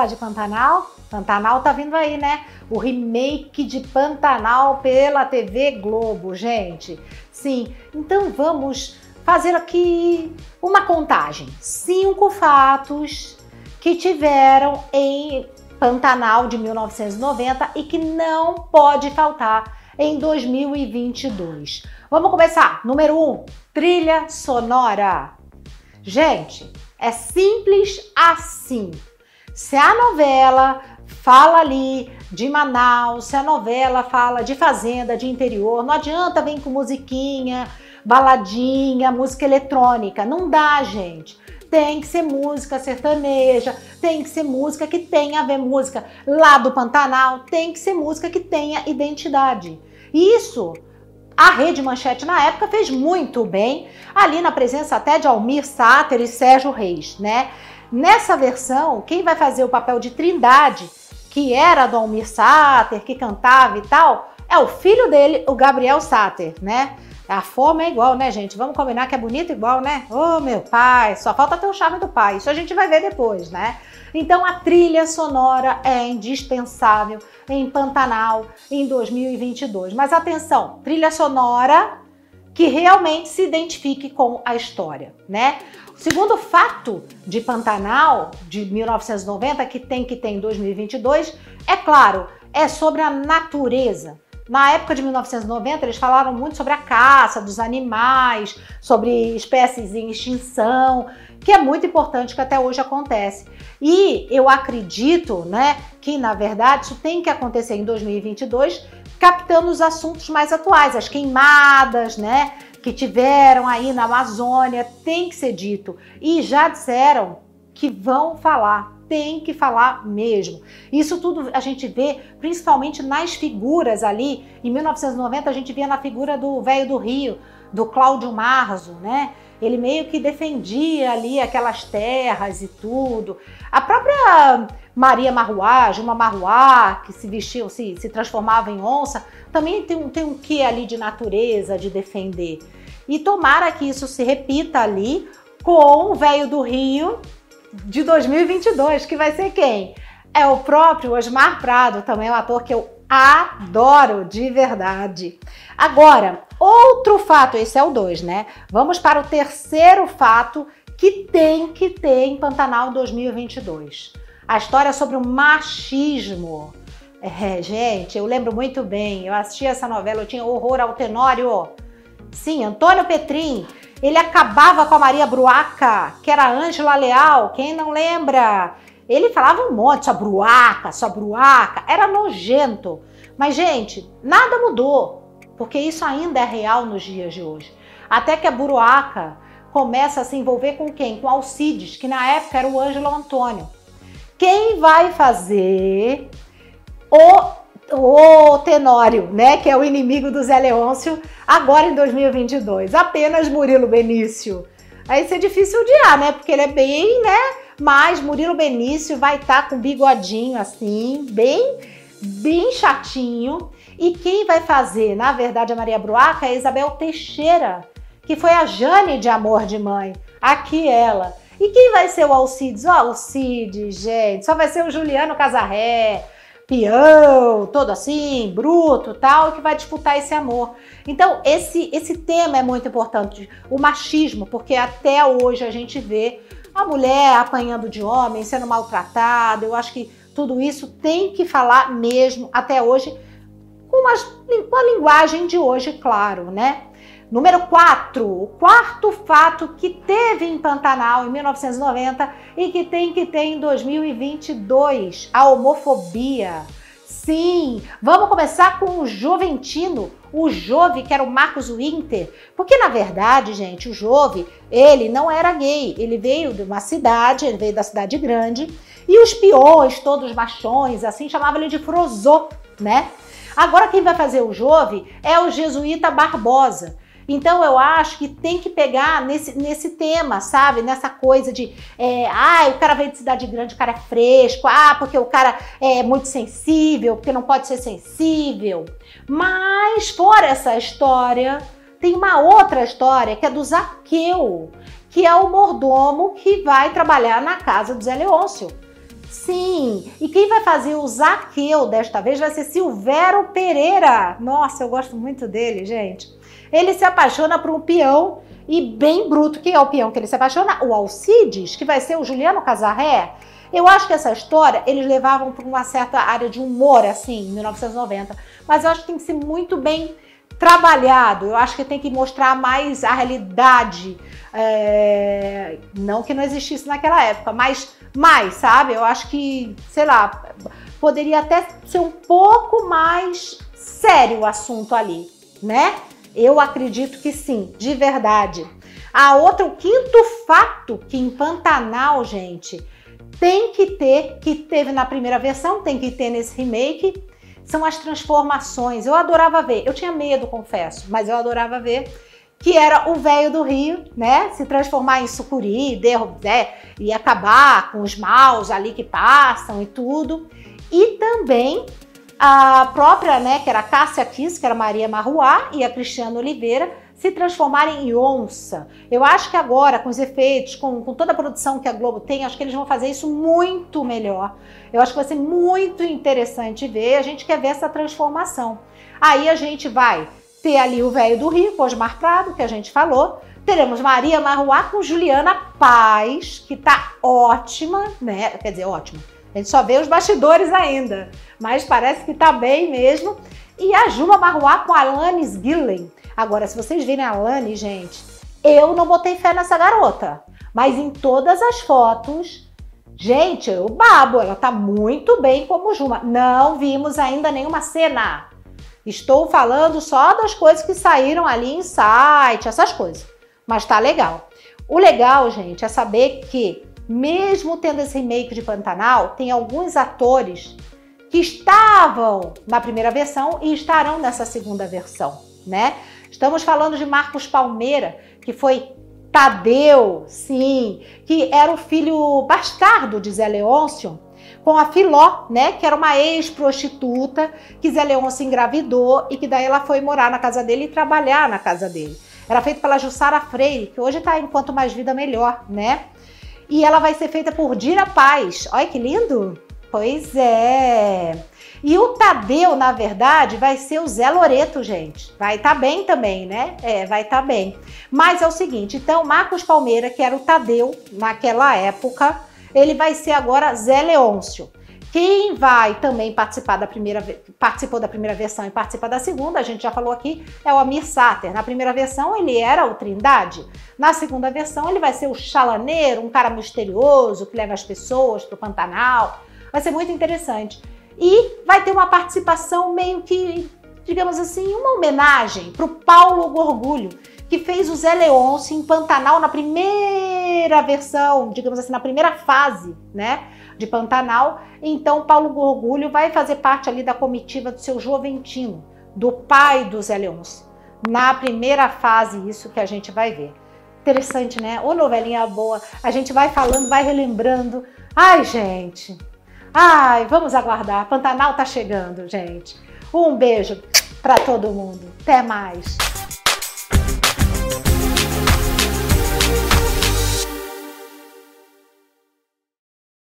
falar de Pantanal? Pantanal tá vindo aí, né? O remake de Pantanal pela TV Globo, gente. Sim, então vamos fazer aqui uma contagem. 5 fatos que tiveram em Pantanal de 1990 e que não pode faltar em 2022. Vamos começar. Número 1, trilha sonora. Gente, é simples assim. Se a novela fala ali de Manaus, se a novela fala de fazenda, de interior, não adianta vir com musiquinha, baladinha, música eletrônica. Não dá, gente. Tem que ser música sertaneja, tem que ser música que tenha a ver, música lá do Pantanal, tem que ser música que tenha identidade. Isso a Rede Manchete na época fez muito bem, ali na presença até de Almir Sater e Sérgio Reis, né? Nessa versão, quem vai fazer o papel de Trindade, que era do Almir Sater, que cantava e tal, é o filho dele, o Gabriel Sater, né? A forma é igual, né, gente? Vamos combinar que é bonito igual, né? Ô, meu pai, só falta ter o charme do pai. Isso a gente vai ver depois, né? Então, a trilha sonora é indispensável em Pantanal em 2022. Mas atenção, trilha sonora que realmente se identifique com a história, né? O segundo fato de Pantanal, de 1990, que tem que ter em 2022, é claro, é sobre a natureza. Na época de 1990, eles falaram muito sobre a caça dos animais, sobre espécies em extinção, que é muito importante, que até hoje acontece. E eu acredito, né, que na verdade isso tem que acontecer em 2022, captando os assuntos mais atuais, as queimadas, né, que tiveram aí na Amazônia, tem que ser dito. E já disseram que vão falar. Tem que falar mesmo. Isso tudo a gente vê principalmente nas figuras ali. Em 1990 a gente via na figura do Velho do Rio, do Cláudio Marzo, né? Ele meio que defendia ali aquelas terras e tudo. A própria Maria Marruá, Juma Marruá, que se vestiu, se transformava em onça, também tem um quê ali de natureza, de defender. E tomara que isso se repita ali com o Velho do Rio de 2022, que vai ser quem? É o próprio Osmar Prado, também é um ator que eu adoro de verdade. Agora, outro fato, esse é o 2, né? Vamos para o terceiro fato que tem que ter em Pantanal 2022. A história sobre o machismo. Gente, eu lembro muito bem, eu assisti essa novela, eu tinha horror ao Tenório. Sim, Antônio Petrin. Ele acabava com a Maria Bruaca, que era a Ângela Leal, quem não lembra? Ele falava um monte, sua bruaca, era nojento. Mas, gente, nada mudou, porque isso ainda é real nos dias de hoje. Até que a Bruaca começa a se envolver com quem? Com Alcides, que na época era o Ângelo Antônio. Quem vai fazer o Tenório, né, que é o inimigo do Zé Leôncio, agora em 2022, apenas Murilo Benício. Aí isso é difícil odiar, né, porque ele é bem, né, mas Murilo Benício vai estar com bigodinho assim, bem chatinho. E quem vai fazer, na verdade, a Maria Bruaca é a Isabel Teixeira, que foi a Jane de Amor de Mãe, aqui ela. E quem vai ser o Alcides? Ó, Alcides, gente, só vai ser o Juliano Casarré, peão, todo assim, bruto, tal, que vai disputar esse amor. Então, esse tema é muito importante, o machismo, porque até hoje a gente vê a mulher apanhando de homem, sendo maltratada. Eu acho que tudo isso tem que falar mesmo até hoje, com a linguagem de hoje, claro, né? Número 4, o quarto fato que teve em Pantanal em 1990 e que tem que ter em 2022, a homofobia. Sim, vamos começar com o Joventino, o Jove, que era o Marcos Winter, porque na verdade, gente, o Jove, ele não era gay, ele veio de uma cidade, ele veio da cidade grande, e os peões, todos machões, assim, chamavam ele de Frozô, né? Agora quem vai fazer o Jove é o Jesuíta Barbosa. Então eu acho que tem que pegar nesse tema, sabe? Nessa coisa de, o cara veio de cidade grande, o cara é fresco, porque o cara é muito sensível, porque não pode ser sensível. Mas fora essa história, tem uma outra história que é do Zaqueu, que é o mordomo que vai trabalhar na casa do Zé Leôncio. Sim, e quem vai fazer o Zaqueu desta vez vai ser Silvério Pereira. Nossa, eu gosto muito dele, gente. Ele se apaixona por um peão e bem bruto. Quem é o peão que ele se apaixona? O Alcides, que vai ser o Juliano Casarré. Eu acho que essa história eles levavam para uma certa área de humor, assim, em 1990. Mas eu acho que tem que ser muito bem trabalhado. Eu acho que tem que mostrar mais a realidade. Não que não existisse naquela época, mas mais, sabe? Eu acho que, sei lá, poderia até ser um pouco mais sério o assunto ali, né? Eu acredito que sim, de verdade. O quinto fato que em Pantanal, gente, tem que ter, que teve na primeira versão, tem que ter nesse remake, são as transformações. Eu adorava ver, eu tinha medo, confesso, mas eu adorava ver, que era o velho do Rio, né, se transformar em sucuri, e acabar com os maus ali que passam e tudo. E também a própria, né, que era a Cássia Kiss, que era Maria Marruá, e a Cristiana Oliveira, se transformarem em onça. Eu acho que agora, com os efeitos, com toda a produção que a Globo tem, acho que eles vão fazer isso muito melhor. Eu acho que vai ser muito interessante ver, a gente quer ver essa transformação. Aí a gente vai ter ali o velho do Rio, com Osmar Prado, que a gente falou. Teremos Maria Marruá com Juliana Paz, que tá ótima, né? Quer dizer, ótima. A gente só vê os bastidores ainda, mas parece que tá bem mesmo. E a Juma Marruá com a Alanis Gillen. Agora, se vocês virem a Alanis, gente, eu não botei fé nessa garota. Mas em todas as fotos, gente, eu babo. Ela tá muito bem como Juma. Não vimos ainda nenhuma cena. Estou falando só das coisas que saíram ali em site, essas coisas. Mas tá legal. O legal, gente, é saber que, mesmo tendo esse remake de Pantanal, tem alguns atores que estavam na primeira versão e estarão nessa segunda versão, né? Estamos falando de Marcos Palmeira, que foi Tadeu, sim, que era o filho bastardo de Zé Leôncio, com a Filó, né, que era uma ex-prostituta que Zé Leôncio engravidou e que daí ela foi morar na casa dele e trabalhar na casa dele. Era feito pela Jussara Freire, que hoje está em Quanto Mais Vida Melhor, né? E ela vai ser feita por Dira Paz. Olha que lindo! Pois é. E o Tadeu, na verdade, vai ser o Zé Loreto, gente. Vai estar bem também, né? Vai estar bem. Mas é o seguinte, então, Marcos Palmeira, que era o Tadeu naquela época, ele vai ser agora Zé Leôncio. Quem vai também participou da primeira versão e participa da segunda, a gente já falou aqui, é o Amir Sater. Na primeira versão ele era o Trindade. Na segunda versão ele vai ser o chalaneiro, um cara misterioso que leva as pessoas para o Pantanal. Vai ser muito interessante. E vai ter uma participação meio que, digamos assim, uma homenagem para o Paulo Gorgulho, que fez o Zé Leôncio em Pantanal na primeira versão, digamos assim, na primeira fase, né, de Pantanal. Então, Paulo Gorgulho vai fazer parte ali da comitiva do seu Joventino, do pai do Zé Leôncio. Na primeira fase, isso que a gente vai ver. Interessante, né? Ô, novelinha boa. A gente vai falando, vai relembrando. Ai, gente. Ai, vamos aguardar. Pantanal tá chegando, gente. Um beijo para todo mundo. Até mais.